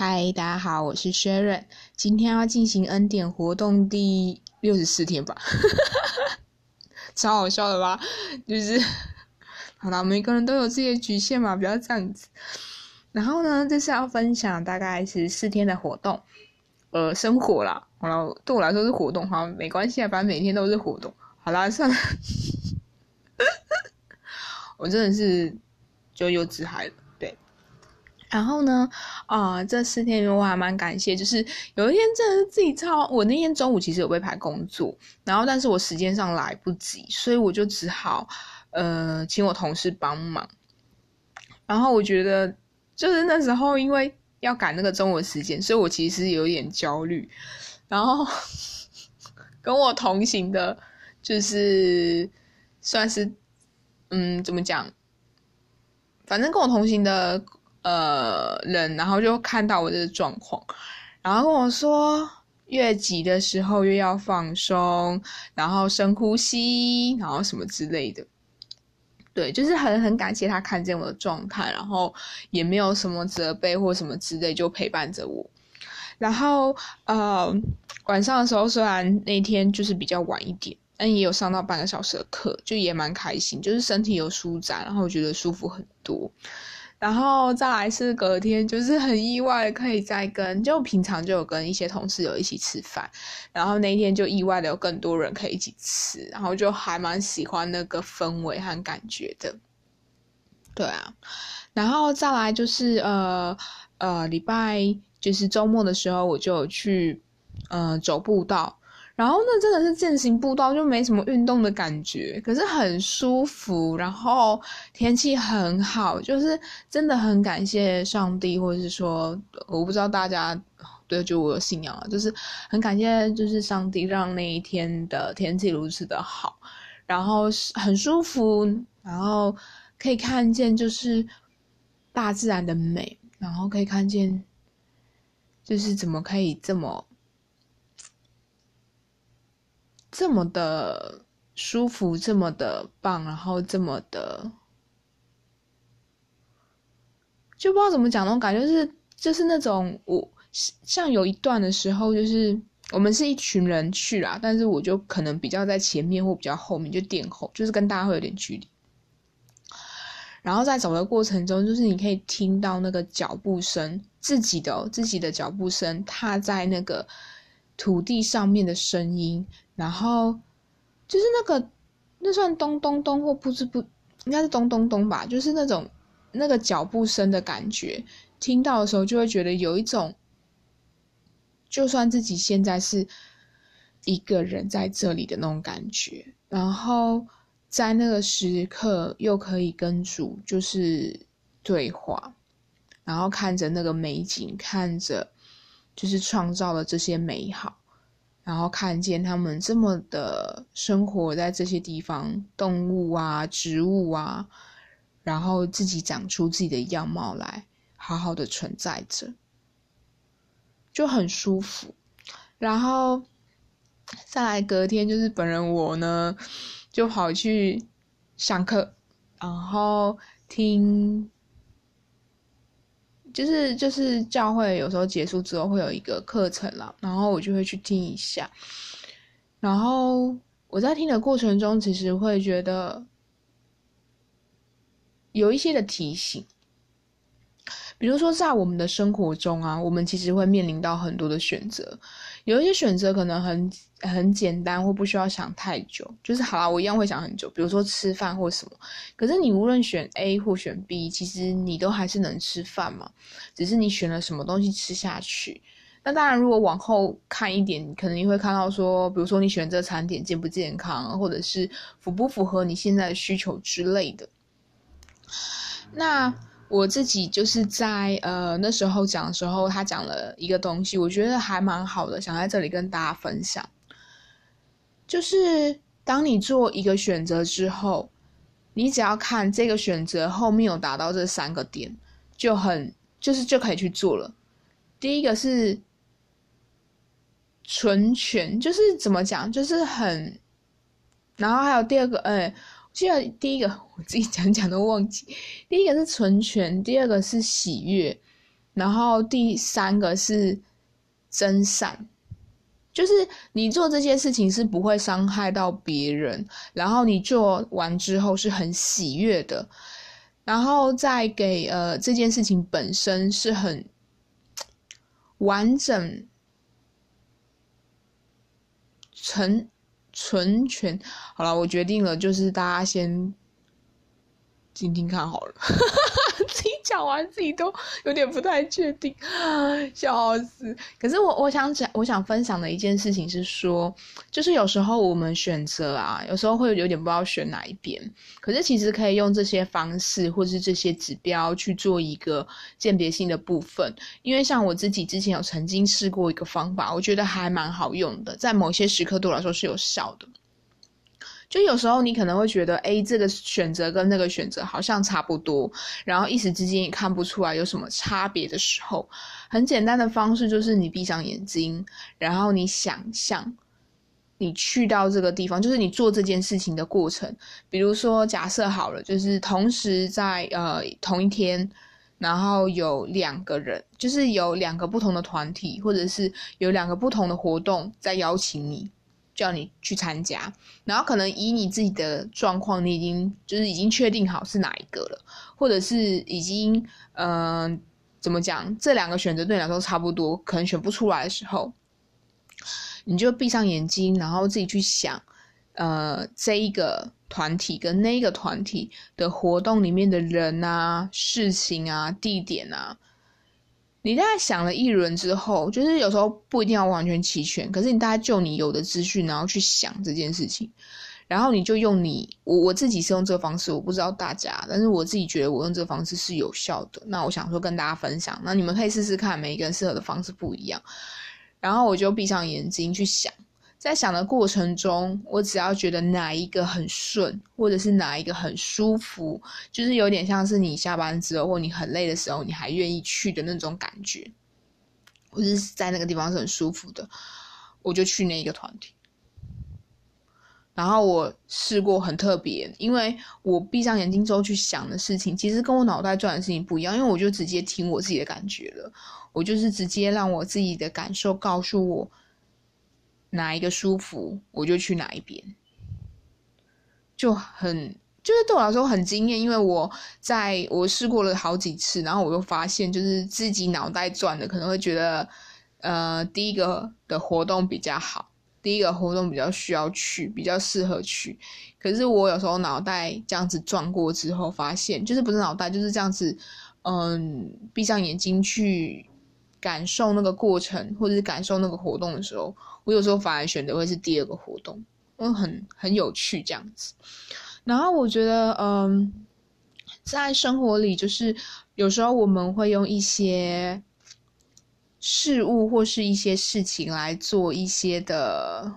嗨，大家好，我是 Sharon， 今天要进行恩典活动第64天吧，超好笑的吧？就是好啦，每个人都有自己的局限嘛，不要这样子。然后呢，这是要分享大概是4天的活动，生活啦。好啦，对我来说是活动，好，没关系啊，反正每天都是活动。好啦，算了，我真的是就幼稚嗨了，对。然后呢，这4天我还蛮感谢，就是有一天真的是自己我那天中午其实有被排工作，然后但是我时间上来不及，所以我就只好请我同事帮忙。然后我觉得就是那时候因为要赶那个中午的时间，所以我其实有点焦虑。然后跟我同行的，就是算是怎么讲，反正跟我同行的人，然后就看到我这个状况，然后跟我说越急的时候越要放松，然后深呼吸，然后什么之类的。对，就是很感谢他看见我的状态，然后也没有什么责备或什么之类，就陪伴着我。然后晚上的时候虽然那天就是比较晚一点，但也有上到半个小时的课，就也蛮开心，就是身体有舒展，然后我觉得舒服很多。然后再来是隔天，就是很意外的可以就平常就有跟一些同事有一起吃饭，然后那一天就意外的有更多人可以一起吃，然后就还蛮喜欢那个氛围和感觉的。对啊，然后再来就是礼拜就是周末的时候，我就有去走步道。然后那真的是健行步道，就没什么运动的感觉，可是很舒服，然后天气很好，就是真的很感谢上帝，或者是说我不知道大家对，就我有信仰了，就是很感谢就是上帝让那一天的天气如此的好，然后很舒服，然后可以看见就是大自然的美，然后可以看见就是怎么可以这么的舒服，这么的棒，然后这么的就不知道怎么讲那种感觉，就是那种像有一段的时候，就是我们是一群人去啦，但是我就可能比较在前面或比较后面，就垫后，就是跟大家会有点距离。然后在走的过程中，就是你可以听到那个脚步声，自己的脚步声踏在那个土地上面的声音，然后就是那算咚咚咚或不应该是咚咚咚吧，就是那个脚步声的感觉，听到的时候就会觉得有一种，就算自己现在是一个人在这里的那种感觉，然后在那个时刻又可以跟主就是对话，然后看着那个美景，看着就是创造了这些美好，然后看见他们这么的生活在这些地方，动物啊，植物啊，然后自己长出自己的样貌来，好好的存在着，就很舒服。然后再来隔天就是本人我呢就跑去上课，然后听就是教会有时候结束之后会有一个课程啦，然后我就会去听一下。然后我在听的过程中其实会觉得有一些的提醒，比如说在我们的生活中啊，我们其实会面临到很多的选择，有一些选择可能很简单或不需要想太久，就是好啦，我一样会想很久，比如说吃饭或什么，可是你无论选 A 或选 B， 其实你都还是能吃饭嘛，只是你选了什么东西吃下去。那当然如果往后看一点，可能你会看到说，比如说你选这餐点健不健康，或者是符不符合你现在的需求之类的。那我自己就是在那时候讲的时候，他讲了一个东西，我觉得还蛮好的，想在这里跟大家分享。就是当你做一个选择之后，你只要看这个选择后面有达到这3个点，就可以去做了。第一个是纯全，就是怎么讲，就是很，然后还有第二个，记得第一个我自己讲都忘记，第一个是纯全，第二个是喜悦， 然后第3个是真善，就是你做这些事情是不会伤害到别人，然后你做完之后是很喜悦的，然后再给这件事情本身是很完整纯全。好了，我决定了，就是大家先听听看好了。自己讲完自己都有点不太确定，笑死。可是我想分享的一件事情是说，就是有时候我们选择啊，有时候会有点不知道选哪一边，可是其实可以用这些方式或是这些指标去做一个鉴别性的部分。因为像我自己之前有曾经试过一个方法，我觉得还蛮好用的，在某些时刻对我来说是有效的。就有时候你可能会觉得这个选择跟那个选择好像差不多，然后一时之间也看不出来有什么差别的时候，很简单的方式就是你闭上眼睛，然后你想象你去到这个地方，就是你做这件事情的过程。比如说假设好了，就是同时在同一天，然后有2个人，就是有2个不同的团体，或者是有2个不同的活动在邀请你，叫你去参加，然后可能以你自己的状况，你已经确定好是哪一个了，或者是已经怎么讲，这2个选择对你来说差不多，可能选不出来的时候，你就闭上眼睛，然后自己去想这一个团体跟那一个团体的活动里面的人啊、事情啊、地点啊。你大概想了一轮之后，就是有时候不一定要完全齐全，可是你大概就你有的资讯，然后去想这件事情，然后你就用我自己是用这个方式，我不知道大家，但是我自己觉得我用这个方式是有效的。那我想说跟大家分享，那你们可以试试看，每一个人适合的方式不一样。然后我就闭上眼睛去想，在想的过程中，我只要觉得哪一个很顺，或者是哪一个很舒服，就是有点像是你下班之后或你很累的时候，你还愿意去的那种感觉，或者是在那个地方是很舒服的，我就去那一个团体。然后我试过很特别，因为我闭上眼睛之后去想的事情，其实跟我脑袋转的事情不一样，因为我就直接听我自己的感觉了，我就是直接让我自己的感受告诉我哪一个舒服，我就去哪一边，就是对我来说很惊艳，因为我试过了好几次，然后我又发现就是自己脑袋转的可能会觉得第一个的活动比较好，第一个活动比较需要去，比较适合去。可是我有时候脑袋这样子转过之后，发现就是不是脑袋，就是这样子，闭上眼睛去感受那个过程，或者是感受那个活动的时候，我有时候反而选择会是第2个活动，因为很有趣这样子。然后我觉得，在生活里，就是有时候我们会用一些事物或是一些事情来做一些的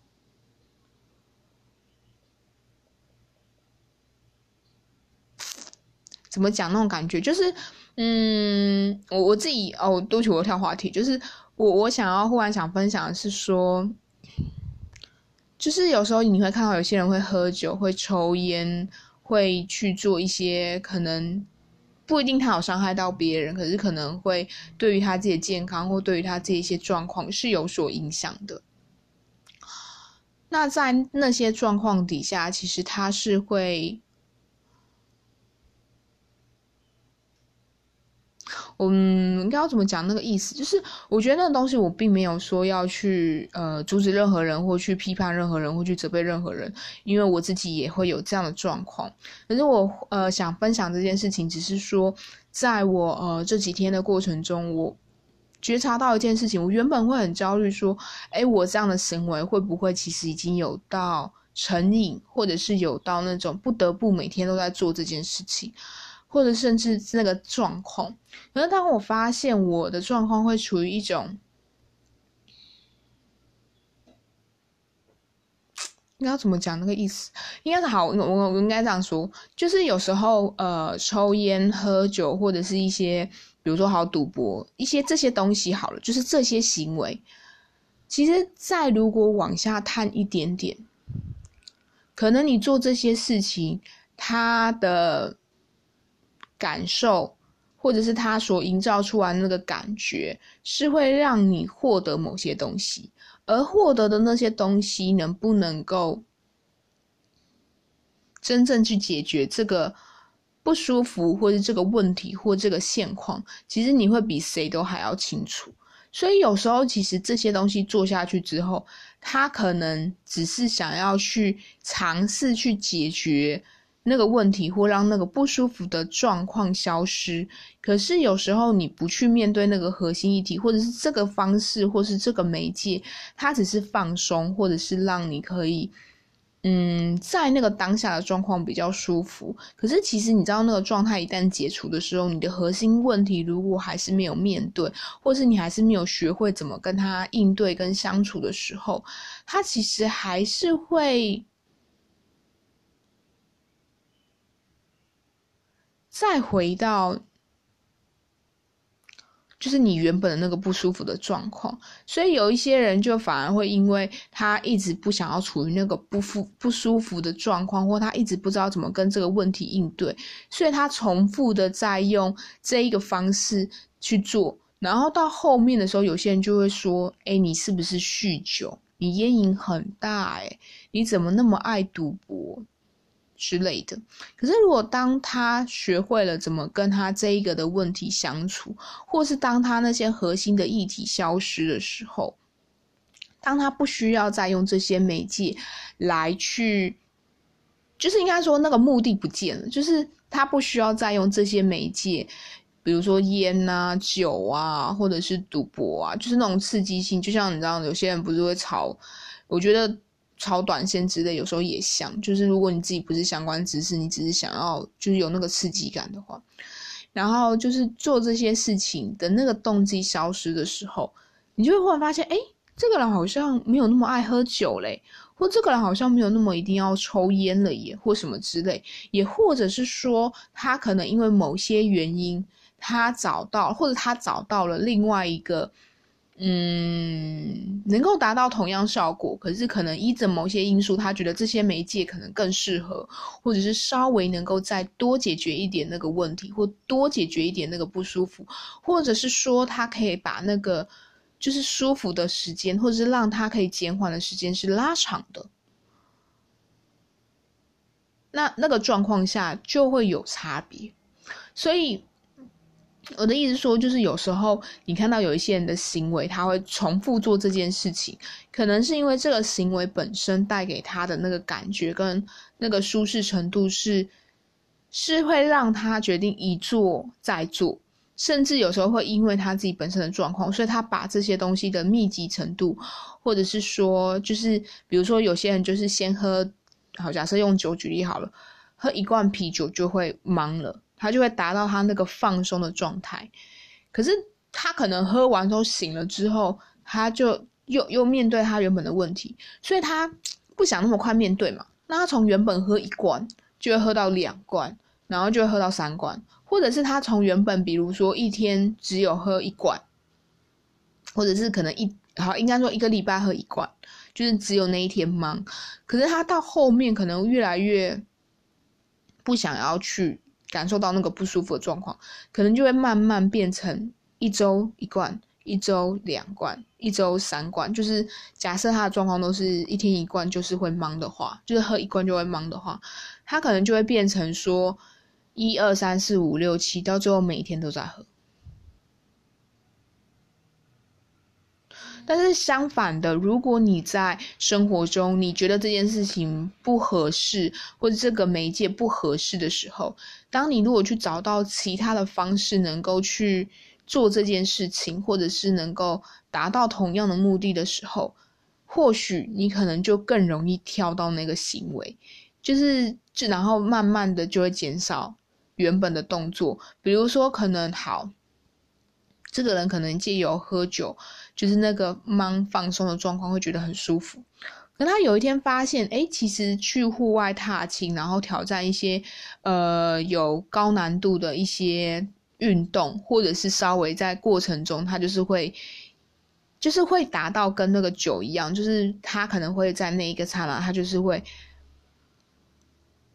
怎么讲那种感觉，就是我自己对不起，我跳话题，就是我忽然想分享的是说，就是有时候你会看到有些人会喝酒，会抽烟，会去做一些可能不一定他有伤害到别人，可是可能会对于他自己的健康或对于他自己一些状况是有所影响的。那在那些状况底下，其实他是会应该要怎么讲那个意思，就是我觉得那个东西我并没有说要去阻止任何人，或去批判任何人，或去责备任何人，因为我自己也会有这样的状况。可是我想分享这件事情，只是说在我这几天的过程中，我觉察到一件事情，我原本会很焦虑说我这样的行为会不会其实已经有到成瘾，或者是有到那种不得不每天都在做这件事情，或者甚至那个状况。可是当我发现我的状况会处于一种应该要怎么讲那个意思，应该是好，我应该这样说，就是有时候抽烟喝酒或者是一些比如说好赌博一些这些东西好了，就是这些行为其实再如果往下探一点点，可能你做这些事情它的感受或者是他所营造出来的那个感觉，是会让你获得某些东西，而获得的那些东西能不能够真正去解决这个不舒服，或者这个问题，或这个现况，其实你会比谁都还要清楚。所以有时候其实这些东西做下去之后，他可能只是想要去尝试去解决那个问题，或让那个不舒服的状况消失。可是有时候你不去面对那个核心议题，或者是这个方式，或是这个媒介，它只是放松，或者是让你可以在那个当下的状况比较舒服。可是其实你知道那个状态一旦解除的时候，你的核心问题如果还是没有面对，或是你还是没有学会怎么跟他应对跟相处的时候，他其实还是会再回到就是你原本的那个不舒服的状况。所以有一些人就反而会因为他一直不想要处于那个不舒服的状况，或他一直不知道怎么跟这个问题应对，所以他重复的在用这一个方式去做，然后到后面的时候，有些人就会说你是不是酗酒？你烟瘾很大你怎么那么爱赌博？之类的。可是如果当他学会了怎么跟他这一个的问题相处，或是当他那些核心的议题消失的时候，当他不需要再用这些媒介来去，就是应该说那个目的不见了，就是他不需要再用这些媒介，比如说烟啊、酒啊，或者是赌博啊，就是那种刺激性。就像你知道有些人不是会炒，我觉得炒短线之类有时候也像，就是如果你自己不是相关知识，你只是想要就是有那个刺激感的话，然后就是做这些事情的那个动机消失的时候，你就会忽然发现这个人好像没有那么爱喝酒嘞，或这个人好像没有那么一定要抽烟了耶，或什么之类。也或者是说他可能因为某些原因他找到了另外一个能够达到同样效果，可是可能依着某些因素，他觉得这些媒介可能更适合，或者是稍微能够再多解决一点那个问题，或多解决一点那个不舒服，或者是说他可以把那个就是舒服的时间，或者是让他可以减缓的时间是拉长的，那个状况下就会有差别。所以我的意思说，就是有时候你看到有一些人的行为，他会重复做这件事情，可能是因为这个行为本身带给他的那个感觉跟那个舒适程度是会让他决定一做再做，甚至有时候会因为他自己本身的状况，所以他把这些东西的密集程度，或者是说就是比如说有些人就是先喝，好，假设用酒举例好了，喝一罐啤酒就会懵了，他就会达到他那个放松的状态。可是他可能喝完之后醒了之后，他就又面对他原本的问题，所以他不想那么快面对嘛，那他从原本喝一罐就会喝到2罐，然后就会喝到3罐，或者是他从原本比如说一天只有喝1罐，或者是可能应该说1个礼拜喝1罐，就是只有那一天忙。可是他到后面可能越来越不想要去感受到那个不舒服的状况，可能就会慢慢变成1周1罐，1周2罐，1周3罐。就是假设他的状况都是1天1罐，就是会忙的话，就是喝1罐就会忙的话，他可能就会变成说1、2、3、4、5、6、7，到最后每一天都在喝。但是相反的，如果你在生活中你觉得这件事情不合适，或者这个媒介不合适的时候，当你如果去找到其他的方式能够去做这件事情，或者是能够达到同样的目的的时候，或许你可能就更容易跳到那个行为，然后慢慢的就会减少原本的动作。比如说可能这个人可能借由喝酒，就是那个放松的状况会觉得很舒服。可他有一天发现其实去户外踏青，然后挑战一些有高难度的一些运动，或者是稍微在过程中他就是会达到跟那个酒一样，就是他可能会在那一个刹那他就是会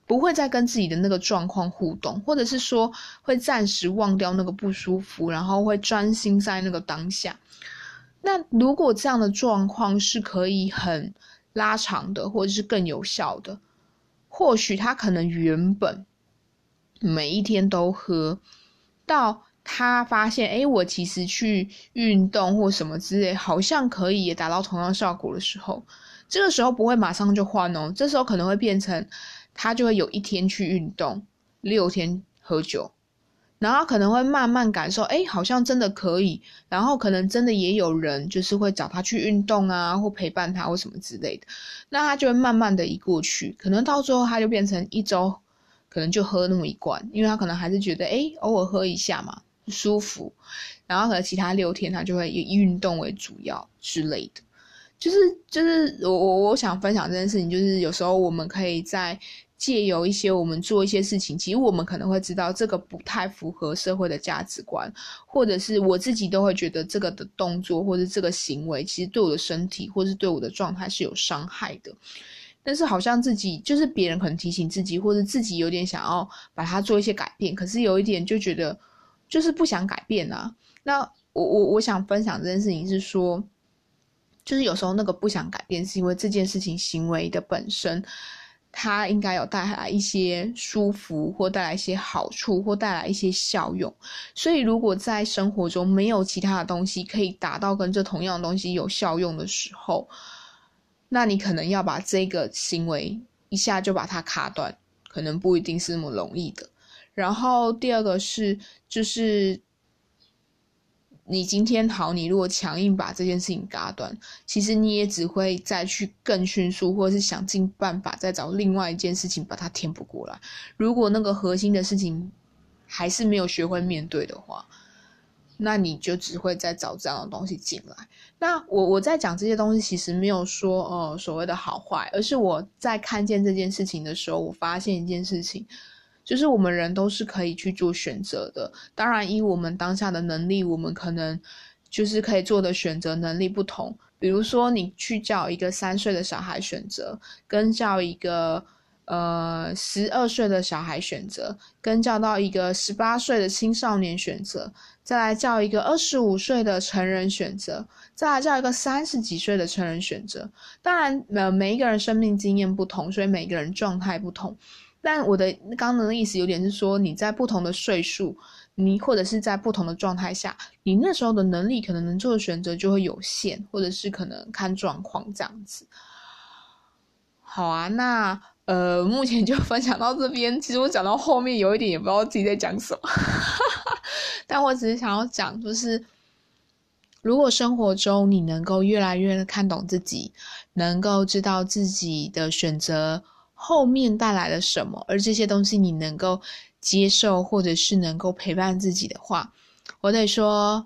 不会再跟自己的那个状况互动，或者是说会暂时忘掉那个不舒服，然后会专心在那个当下。那如果这样的状况是可以很拉长的，或者是更有效的，或许他可能原本每一天都喝，到他发现我其实去运动或什么之类好像可以也达到同样效果的时候，这个时候不会马上就换哦，这时候可能会变成他就会有1天去运动，6天喝酒，然后可能会慢慢感受好像真的可以，然后可能真的也有人就是会找他去运动啊，或陪伴他或什么之类的，那他就会慢慢的移过去，可能到最后他就变成1周可能就喝那么1罐，因为他可能还是觉得偶尔喝一下嘛舒服，然后可能其他6天他就会以运动为主要之类的。就是我想分享这件事情，就是有时候我们可以在借由一些我们做一些事情，其实我们可能会知道这个不太符合社会的价值观，或者是我自己都会觉得这个的动作或者这个行为其实对我的身体或是对我的状态是有伤害的，但是好像自己就是别人可能提醒自己，或者自己有点想要把它做一些改变，可是有一点就觉得就是不想改变啊。那我想分享这件事情是说，就是有时候那个不想改变是因为这件事情行为的本身它应该有带来一些舒服，或带来一些好处，或带来一些效用，所以如果在生活中没有其他的东西可以达到跟这同样的东西有效用的时候，那你可能要把这个行为一下就把它卡断，可能不一定是那么容易的。然后第二个是就是你今天好，你如果强硬把这件事情嘎断，其实你也只会再去更迅速，或者是想尽办法再找另外一件事情把它填补过来。如果那个核心的事情还是没有学会面对的话，那你就只会再找这样的东西进来。那我在讲这些东西其实没有说所谓的好坏，而是我在看见这件事情的时候，我发现一件事情，就是我们人都是可以去做选择的。当然依我们当下的能力，我们可能就是可以做的选择能力不同。比如说你去叫一个3岁的小孩选择，跟叫一个12岁的小孩选择，跟叫到一个18岁的青少年选择，再来叫一个25岁的成人选择，再来叫一个30几岁的成人选择。当然每一个人生命经验不同，所以每个人状态不同，但我的刚刚的意思有点是说，你在不同的岁数，你或者是在不同的状态下，你那时候的能力可能能做的选择就会有限，或者是可能看状况这样子。好啊，那目前就分享到这边。其实我讲到后面有一点也不知道自己在讲什么但我只是想要讲，就是如果生活中你能够越来越看懂自己，能够知道自己的选择后面带来了什么，而这些东西你能够接受，或者是能够陪伴自己的话，我得说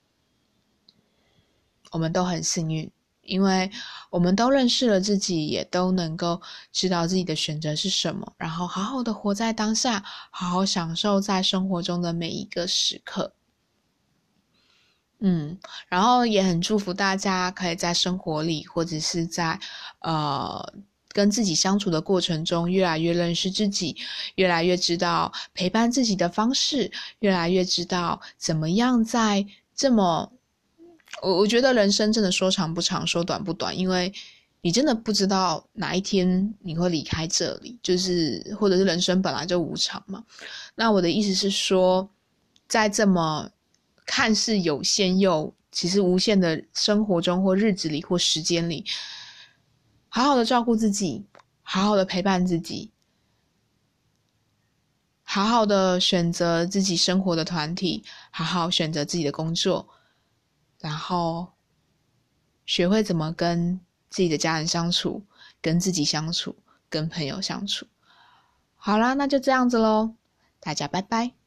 我们都很幸运，因为我们都认识了自己，也都能够知道自己的选择是什么，然后好好的活在当下，好好享受在生活中的每一个时刻。然后也很祝福大家可以在生活里，或者是在跟自己相处的过程中，越来越认识自己，越来越知道陪伴自己的方式，越来越知道怎么样在这么我觉得人生真的说长不长，说短不短，因为你真的不知道哪一天你会离开这里，就是或者是人生本来就无常嘛。那我的意思是说，在这么看似有限又其实无限的生活中，或日子里，或时间里，好好的照顾自己，好好的陪伴自己，好好的选择自己生活的团体，好好选择自己的工作，然后学会怎么跟自己的家人相处，跟自己相处，跟朋友相处。好啦，那就这样子咯，大家拜拜。